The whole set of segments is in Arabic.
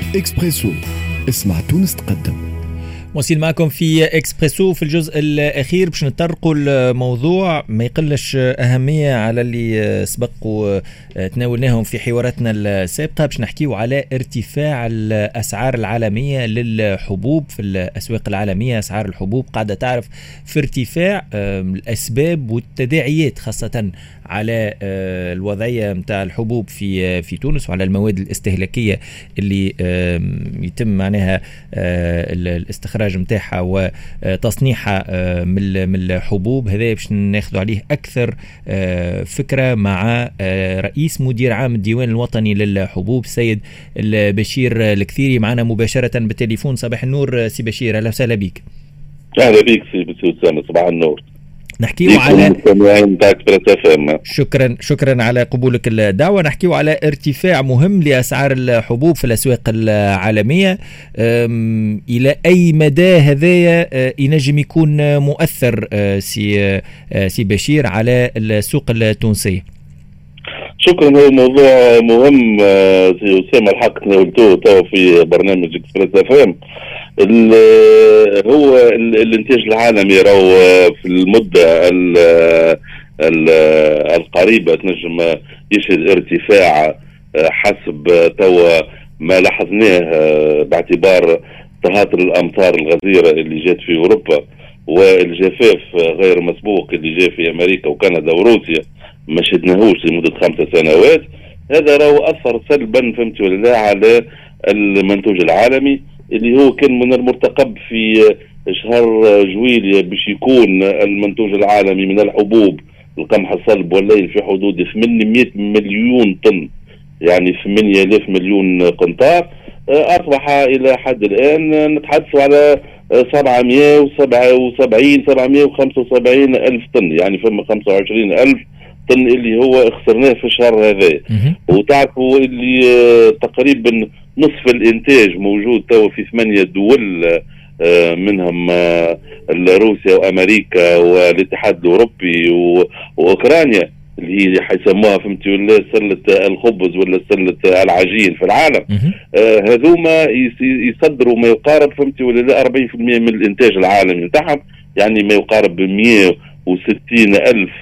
إكسبريسو، اسمع تونس تقدم. موصل معكم في إكسبريسو. في الجزء الأخير باش نطرقوا الموضوع ما يقلش أهمية على اللي سبق وتناولناهم في حواراتنا السابقة. باش نحكيو على ارتفاع الأسعار العالمية للحبوب في الأسواق العالمية. أسعار الحبوب قاعدة تعرف في ارتفاع. الأسباب والتداعيات خاصة على الوضعية متاع الحبوب في تونس وعلى المواد الاستهلاكية اللي يتم معناها الاستخراج متاعها وتصنيعها من الحبوب. هذا باش ناخذ عليه أكثر فكرة مع رئيس مدير عام الديوان الوطني للحبوب سيد البشير الكثيري معنا مباشرة بالتليفون. صباح النور سي بشير، أهلا وسهلا بك. أهلا بك سي أسامة، صباح النور. نحكيو على شكرا على قبولك الدعوة. نحكيو على ارتفاع مهم لأسعار الحبوب في الأسواق العالمية. إلى أي مدى هذايا ينجم يكون مؤثر سي بشير على السوق التونسية؟ شكرا. هو موضوع مهم سي أسامة، الحق تناولتوه في برنامج إكسبريس FM. هو الانتاج العالمي راهو في المدة القريبة تنجم يشهد ارتفاع حسب توا ما لاحظناه باعتبار تهاطل الأمطار الغزيرة اللي جات في أوروبا والجفاف غير مسبوق اللي جاء في أمريكا وكندا وروسيا ما شهدناهوش لمدة 5 سنوات. هذا راهو أثر سلبا فهمت ولا لا على المنتوج العالمي اللي هو كان من المرتقب في شهر جويلية باش يكون المنتوج العالمي من الحبوب القمح الصلب والليل في حدود 800 مليون طن، يعني 8000 مليون قنطار. أصبح إلى حد الآن نتحدث على 775 ألف طن، يعني فما 25 ألف طن اللي هو خسرناه في الشهر هذا. وتعرفوا اللي تقريبا نصف الانتاج موجود توا في 8 دول، منهم روسيا وامريكا والاتحاد الاوروبي واوكرانيا اللي هي حيسموها فهمتوا ولا سله الخبز ولا سله العجين في العالم. هذوما يصدروا ما يقارب فهمتوا ولا 40% من الانتاج العالمي نتاعهم، يعني ما يقارب 160 ألف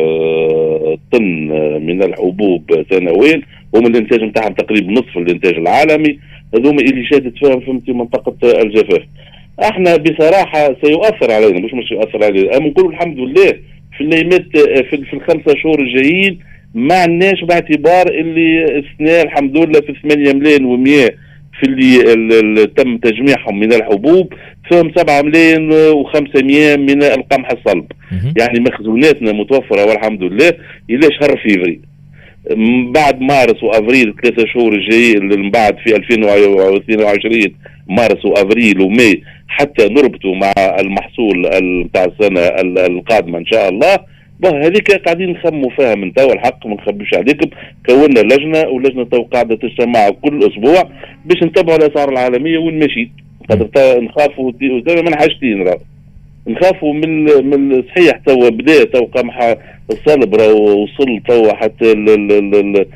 طن من الحبوب سنويا، هم الانتاج نتاعهم تقريبا نصف الانتاج العالمي. هذوما اللي شهدت فيهم فهمتي منطقة الجفاف. احنا بصراحة سيؤثر علينا، مش يؤثر علينا، نقول الحمد لله في الليمات في ال5 شهور الجايين ما عندناش باعتبار اللي السنة الحمد لله في 8 ملايين و100 في اللي تم تجميعهم من الحبوب، فهم 7 ملايين و500 من القمح الصلب. يعني مخزوناتنا متوفرة والحمد لله إلى شهر فيفري. بعد مارس وأفريل 3 شهور الجايين من بعد في 2022 مارس وأفريل وماي حتى نربطوا مع المحصول بتاع السنة القادمة إن شاء الله. هذيك قاعدين نخموا فيها من توا، الحق ما نخبيش عليكم. كونا لجنة ولجنة توا قاعدة تجتمع كل أسبوع باش نتبعوا الأسعار العالمية وين ماشيت. نخافوا من حاجتين، نخافوا من صحيح توا بدا توا قمح الصلب راهو وصل توا حتى ل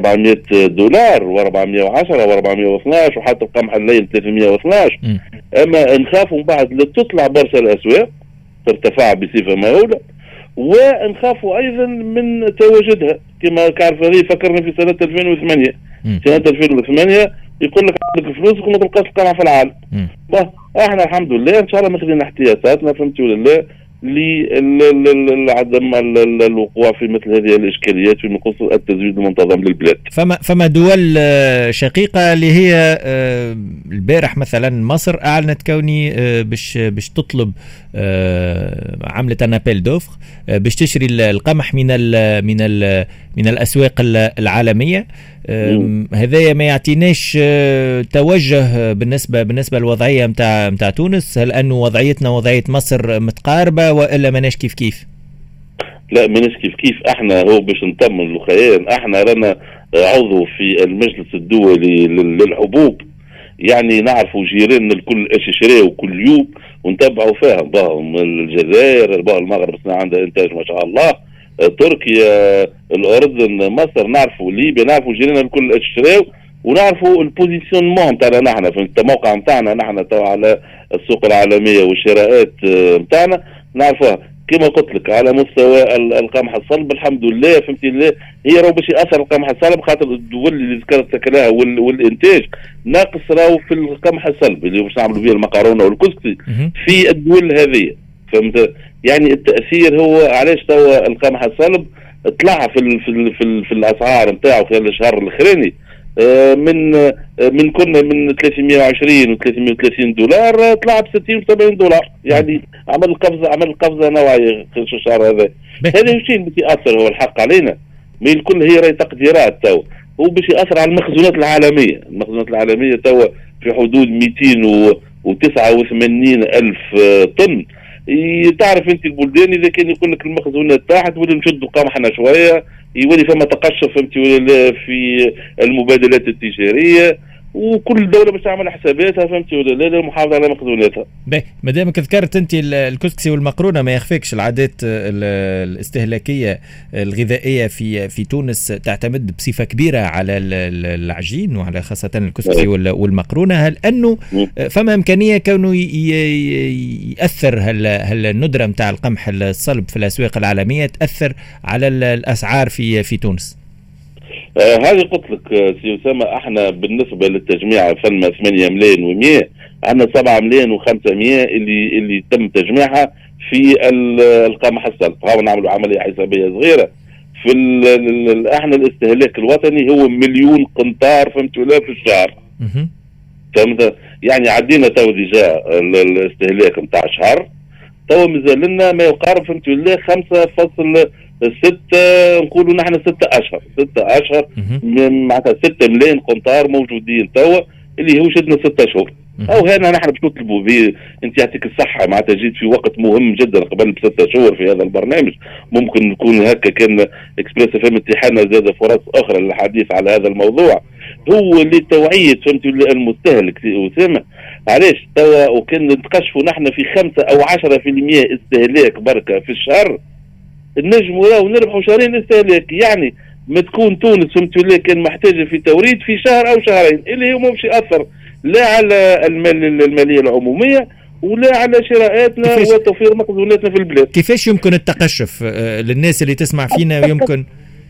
$400 و410 و412 وحتى القمح الليل 312. اما نخافوا من بعد لا تطلع برشا الاسواق ترتفع بصفه مهوله، ونخافوا ايضا من تواجدها كما كعرف. هذه فكرنا في سنه 2008. سنه 2008 يقول لك عندك فلوسك وما تلقاش القمح في العالم. احنا الحمد لله ان شاء الله ماخذين احتياطاتنا فهمتوا ولا لعدم الوقوع في مثل هذه الاشكاليات في مقص التزويد المنتظم للبلاد. فما دول شقيقه اللي هي البارح مثلا مصر اعلنت كوني باش تطلب عملت انابيل دوفر باش تشري القمح من الاسواق العالميه. هذايا ما يعطيناش توجه بالنسبه للوضعيه متاع تونس. هل انه وضعيتنا وضعيه مصر متقاربه والا ماناش كيف؟ لا ماناش كيف. احنا هو باش نطمن الخيان، احنا رانا عضو في المجلس الدولي للحبوب، يعني نعرفوا جيراننا الكل ايش يشريوا كل يوم ونتبعوا فيهم. باهم الجزائر، باهم المغرب عندها انتاج ما شاء الله، تركيا، الاردن، مصر، نعرفوا ليبيا، نعرفوا جيراننا الكل ايش يشريوا. ونعرفوا البوزيشنمون تاعنا نحن في الموقع نتاعنا نحن على السوق العالمية والشراءات نتاعنا نعرفوها. كما قلت لك على مستوى القمح الصلب الحمد لله فهمتي الله هي راهو باش ياثر القمح الصلب خاطر الدول اللي ذكرت لها والانتاج ناقص راهو في القمح الصلب اللي باش نعملوا به المقارونه والكسكسي في الدول هذه فهمت. يعني التاثير هو علاش توا القمح الصلب طلع في الاسعار نتاعو خلال الشهر الاخراني من كنا من 320 و 330 دولار طلع ب 60 و 70 دولار. يعني عمل قفزه نوعيه في الشهر هذا. هذا الشيء اللي ياثر هو الحق علينا من الكل هي راهي تقديرات تو هو باش ياثر على المخزونات العالميه تو في حدود 289 الف طن. تعرف انت البلدان اذا كان يقول لك المخزونات تاعها تولي نشدوا قمحنا شويه يولي فما تقشف فهمتي في المبادلات التجاريه وكل دوله باش تعمل حساباتها فهمتي ولا لا للمحافظه على مخزوناتها. باهي مادامك ذكرت انت الكسكسي والمقرونه ما يخفيكش العادات الاستهلاكيه الغذائيه في تونس تعتمد بصفه كبيره على العجين وعلى خاصه الكسكسي والمقرونه. هل انه فما امكانيه كونه ياثر هل الندره نتاع القمح الصلب في الاسواق العالميه تاثر على الاسعار في تونس؟ هذه قلت لك سي أسامة احنا بالنسبة للتجميع فما 8 ملايين و100 عندنا 7 ملايين و500 اللي تم تجميعها في القمح الصلب. هاو نعملوا عملية حسابية صغيرة في احنا الاستهلاك الوطني هو 1,000,000 قنطار فهمت ولا في الشهر. فهمت يعني عدينا تو ديجا الاستهلاك نتاع شهر تو مازال لنا ما يقارب فهمت ولا 5.6 نقولوا نحن 6 اشهر معناتها 6 ملايين قنطار موجودين توا اللي هو شدنا 6 اشهر. او هنا نحن باش نطلبوا به انت يعطيك الصحه معناتها جيت في وقت مهم جدا قبل ب6 شهور في هذا البرنامج ممكن نكون هكا كان اكسبريس فهم اتحادنا زاد فرص اخرى للحديث على هذا الموضوع هو لتوعيه فهمت المستهلك اسامه. علاش توا وكان نتقشفوا نحن في 5 أو 10% استهلاك بركه في الشهر النجم ونربحوا شهرين استهلاك. يعني ما تكون تونس فهمت ولا كان محتاجه في توريد في شهر او شهرين اللي هو مش ياثر لا على الماليه العموميه ولا على شراءاتنا وتوفير مخزوناتنا في البلاد. كيفاش يمكن التقشف للناس اللي تسمع فينا ويمكن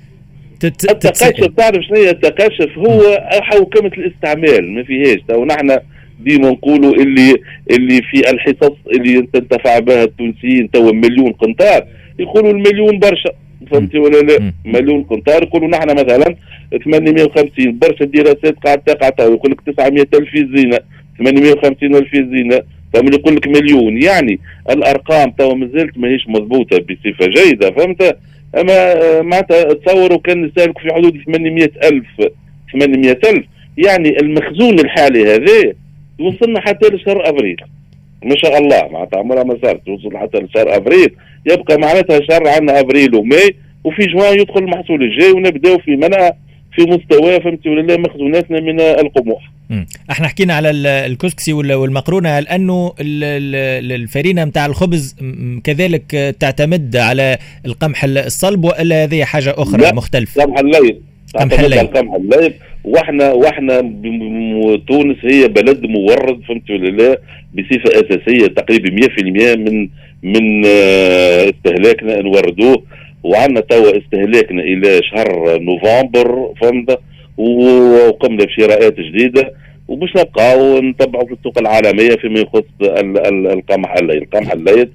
التقشف تعرف شنو هي التقشف؟ هو حوكمه الاستعمال ما فيهاش. تو نحن ديما نقولوا اللي في الحصص اللي تنتفع بها التونسيين تو 1,000,000 قنطار يقولوا 1,000,000 برشا فهمتي ولا لا 1,000,000 قنطار يقولوا نحن مثلا 850 برشا دراسات قاعد تقع تو يقول لك 900,000 في الزينه 850,000 في الزينه فمن يقول لك 1,000,000. يعني الارقام تو مازالت ماهيش مضبوطه بصفه جيده فهمت. اما معناتها تصوروا كان نستهلك في حدود 800,000 يعني المخزون الحالي هذا وصلنا حتى لشهر ابريل ما شاء الله معناتها عمرها ما صارت توصل حتى لشهر ابريل يبقى معناتها شهر عندنا ابريل وماي وفي جوان يدخل المحصول الجاي ونبداو في منع في مستوى فهمتي ولا لا مخزوناتنا من القمح. احنا حكينا على الكسكسي والمقرونه لانه الفرينه نتاع الخبز كذلك تعتمد على القمح الصلب والا هذه حاجه اخرى مختلفه؟ قمح الليل واحنا تونس هي بلد مورد فهمت ولا لا بصفه اساسيه تقريبا 100% من استهلاكنا نوردوه. وعندنا توا استهلاكنا الى شهر نوفمبر فهمت وقمنا بشراءات جديده وباش نبقاو نتبعوا في السوق العالميه فيما يخص القمح الليل.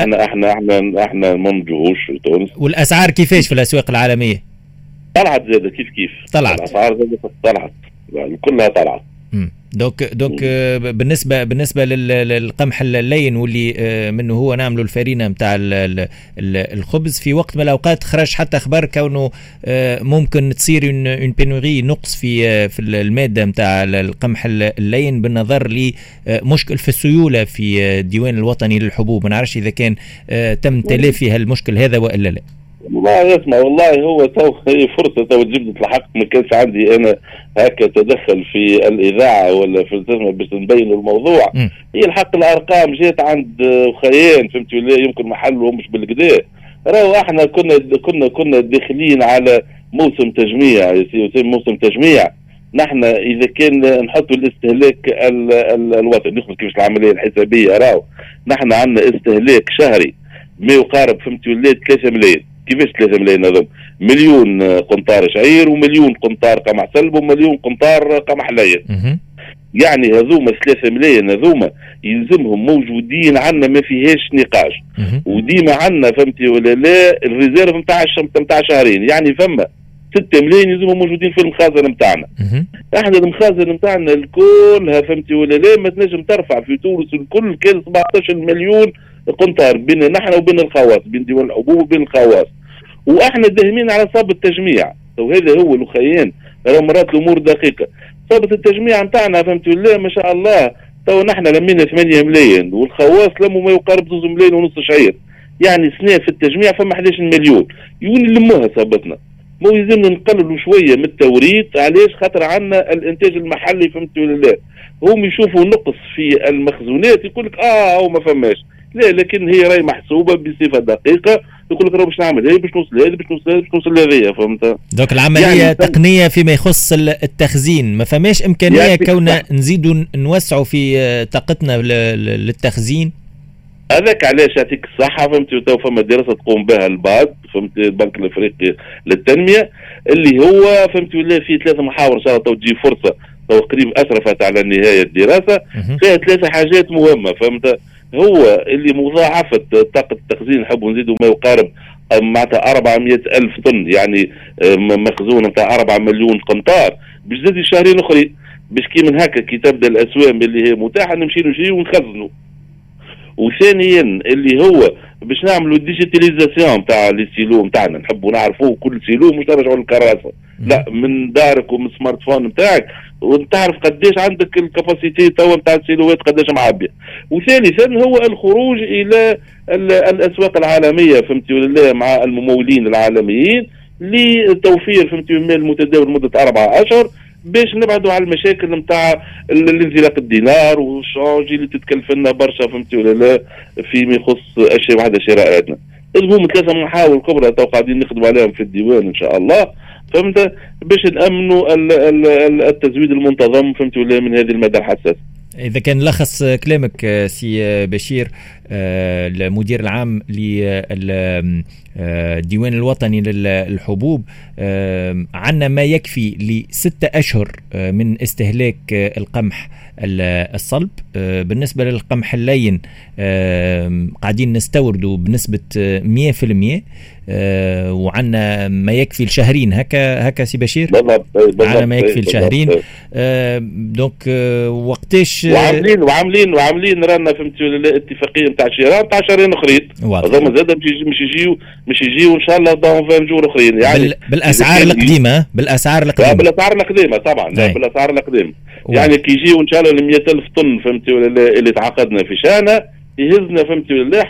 احنا ما نجوهوش في تونس. والاسعار كيفاش في الاسواق العالميه؟ طلعت زاد كيف طلعت الاسعار طلعت كلها طلعت. دوك بالنسبه للقمح اللين واللي منه هو نعملوا الفرينه نتاع الخبز في وقت من الاوقات خرج حتى اخبار كونه ممكن تصير اون بينوري نقص في الماده نتاع القمح اللين بالنظر لمشكل في السيوله في الديوان الوطني للحبوب. ما نعرفش اذا كان تم تلافي هالمشكل هذا والا لا. والله اسمع والله هو تو هي فرصه تو تجيب الحق ما كانش عندي انا هكا تدخل في الاذاعه ولا في التسميه باش نبين الموضوع. هي الحق الارقام جات عند خيان فهمت ولا يمكن محله مش بالكدا. راهو احنا كنا داخلين على موسم تجميع موسم تجميع نحن اذا كان نحطوا الاستهلاك الوطني ندخل كيفاش العمليه الحسابيه راهو نحن عندنا استهلاك شهري ما يقارب فهمتوا ولاد 3 ملايين. كيفاش 3 ملايين هذوم؟ مليون قنطار شعير ومليون قنطار قمح سلب ومليون قنطار قمح لين. يعني هذوما 3 ملايين هذوما يلزمهم موجودين عندنا ما فيهاش نقاش. وديما عندنا فهمتي ولا لا الريزيرف نتاع شهرين، يعني فما 6 ملايين يلزمهم موجودين في المخازن نتاعنا. احنا المخازن نتاعنا الكل فهمتي ولا لا ما تنجم ترفع في تونس الكل كان 17 مليون قنطار بين نحن وبين الخواص، بين ديوان الحبوب وبين الخواص، واحنا داهمين على صاب التجميع. وهذا هو الخيان، مرات الامور دقيقه. صابة التجميع نتاعنا فهمتوا لا ما شاء الله تو نحن لمينا 8 ملايين والخواص لموا ما يقارب 2 ملايين ونص شعير، يعني سنة في التجميع فما 11 مليون يوني نلموها صابتنا. مو يلزمنا نقللوا شويه من التوريد، علاش؟ خاطر عندنا الانتاج المحلي فهمتوا ولا لا. هم يشوفوا نقص في المخزونات يقول لك هو ما فماش، لا لكن هي راهي محسوبه بصفه دقيقه، يقول لك راه باش نعمل هذه باش نوصل هذه باش نوصل هذه باش نوصل هذه، فهمت؟ دوك العمليه يعني تقنيه فيما يخص التخزين، ما فماش امكانيه يعني كوننا نزيدوا نوسعوا في طاقتنا للتخزين. هذاك علاش يعطيك الصحه فهمتي تو فما دراسه تقوم بها الباد فهمتي البنك الافريقي للتنميه اللي هو فهمتي ولا في 3 محاور ان شاء الله تو تجي فرصه تو قريب اشرفت على نهايه الدراسه فيها 3 حاجات مهمه، فهمت؟ هو اللي مضاعفه طاقه التخزين نحبوا نزيدوا ما يقارب معناتها 400,000 طن، يعني مخزون نتاع 4 مليون قنطار باش زاد شهرين اخرين باش كي من هكا كي تبدا الاسوام اللي هي متاحه نمشي نشري ونخزنوا. وثانيا اللي هو باش نعملوا الديجيتاليزاسيون تاع لي سيلو نتاعنا، نحبوا نعرفوه كل سيلو مش نرجعوا للكراسه، لا من دارك ومن سمارت فون نتاعك وتعرف قديش عندك الكاباسيتي توا نتاع السيلوات قديش معبيه. وثالثا هو الخروج الى الاسواق العالميه فهمتي ولا مع الممولين العالميين لتوفير فهمتي المال المتداول لمده 4 أشهر باش نبعدوا على المشاكل نتاع الانزلاق الدينار والشونج اللي تتكلف لنا برشا فهمتي ولا لا فيما يخص اشياء واحده شرائعاتنا. هم 3 محاور كبرى تو قاعدين نخدموا عليهم في الديوان ان شاء الله، فهمت؟ باش نامنوا التزويد المنتظم فهمتي ولا من هذه المدى الحساس. إذا كان لخص كلامك سي بشير المدير العام للديوان الوطني للحبوب، عنا ما يكفي ل6 أشهر من استهلاك القمح الصلب. بالنسبة للقمح اللين قاعدين نستوردوا بنسبة 100%، وعنا ما يكفي الشهرين هكا سي بشير؟ بالضبط عنا ما يكفي الشهرين. دونك وقتاش وعاملين رانا فهمتوا الاتفاقيه نتاع شراء نتاع شهرين اخرين، هذوما زاد مش يجيو ان شاء الله ضاهم 20 اخرين، يعني بالاسعار القديمه طبعا. لا بالاسعار القديمه يعني كي يجيو ان شاء الله 100,000 طن فهمتي ولا اللي تعاقدنا في شانه يهزنا فهمتي ولا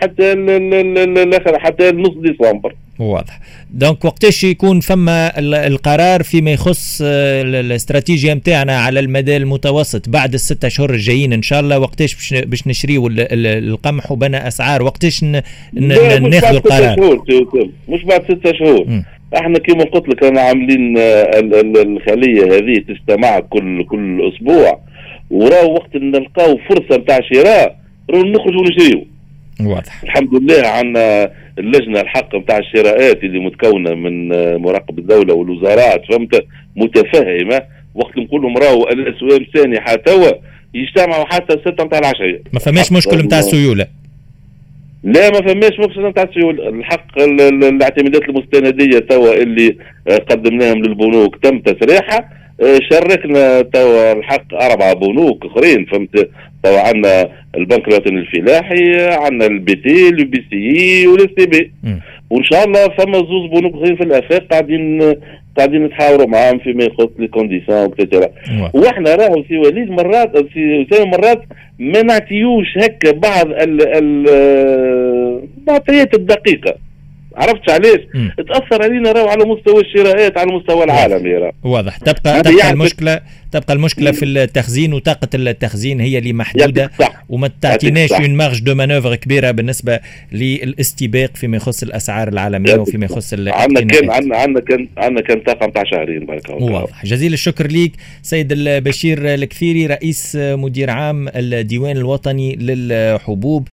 حتى نص ديسمبر. واضح. دونك وقتاش يكون فما القرار فيما يخص الاستراتيجية متاعنا على المدى المتوسط بعد ال6 أشهر الجايين ان شاء الله؟ وقتاش باش نشريو القمح وبنا اسعار؟ وقتاش ناخذ القرار؟ مش بعد 6 شهور. احنا كما قلت لك انا عاملين الخليه هذه تجتمع كل اسبوع، وراو وقت نلقاو فرصه نتاع شراء نخرجوا ونشريو. واضح. الحمد لله عندنا اللجنه الحق نتاع الشراءات اللي متكونه من مراقب الدوله والوزارات فهمت متفهمه، وقت نقول لهم راهو الاسوام سانحه توا يجتمعوا حتى 6 نتاع العشيه. ما فماش مشكل نتاع السيوله؟ لا ما فماش مشكل نتاع السيوله. الحق الاعتمادات المستنديه توا اللي قدمناهم للبنوك تم تسريحها، شاركنا توا الحق 4 بنوك اخرين فهمت. توا عندنا البنك الوطني الفلاحي، عندنا البي تي البي سي والاس تي بي، وان شاء الله فما 2 بنوك اخرين في الافاق قاعدين نتحاوروا معاهم فيما يخص لي كونديسيون وكذا. واحنا راهو سي وليد مرات ما نعطيوش هكا بعض المعطيات الدقيقه، عرفت علاش؟ تاثر علينا راهو على مستوى الشراءات على مستوى العالم يا واضح. تبقى المشكله في التخزين، وطاقه التخزين هي اللي محدوده وما تعطيناش اون مارج دو مانوفر كبيره بالنسبه للاستباق فيما يخص الاسعار العالميه وفيما يخص عندنا كان طاقه نتاع شهرين برك. واضح. جزيل الشكر ليك سيد البشير الكثيري، رئيس مدير عام الديوان الوطني للحبوب.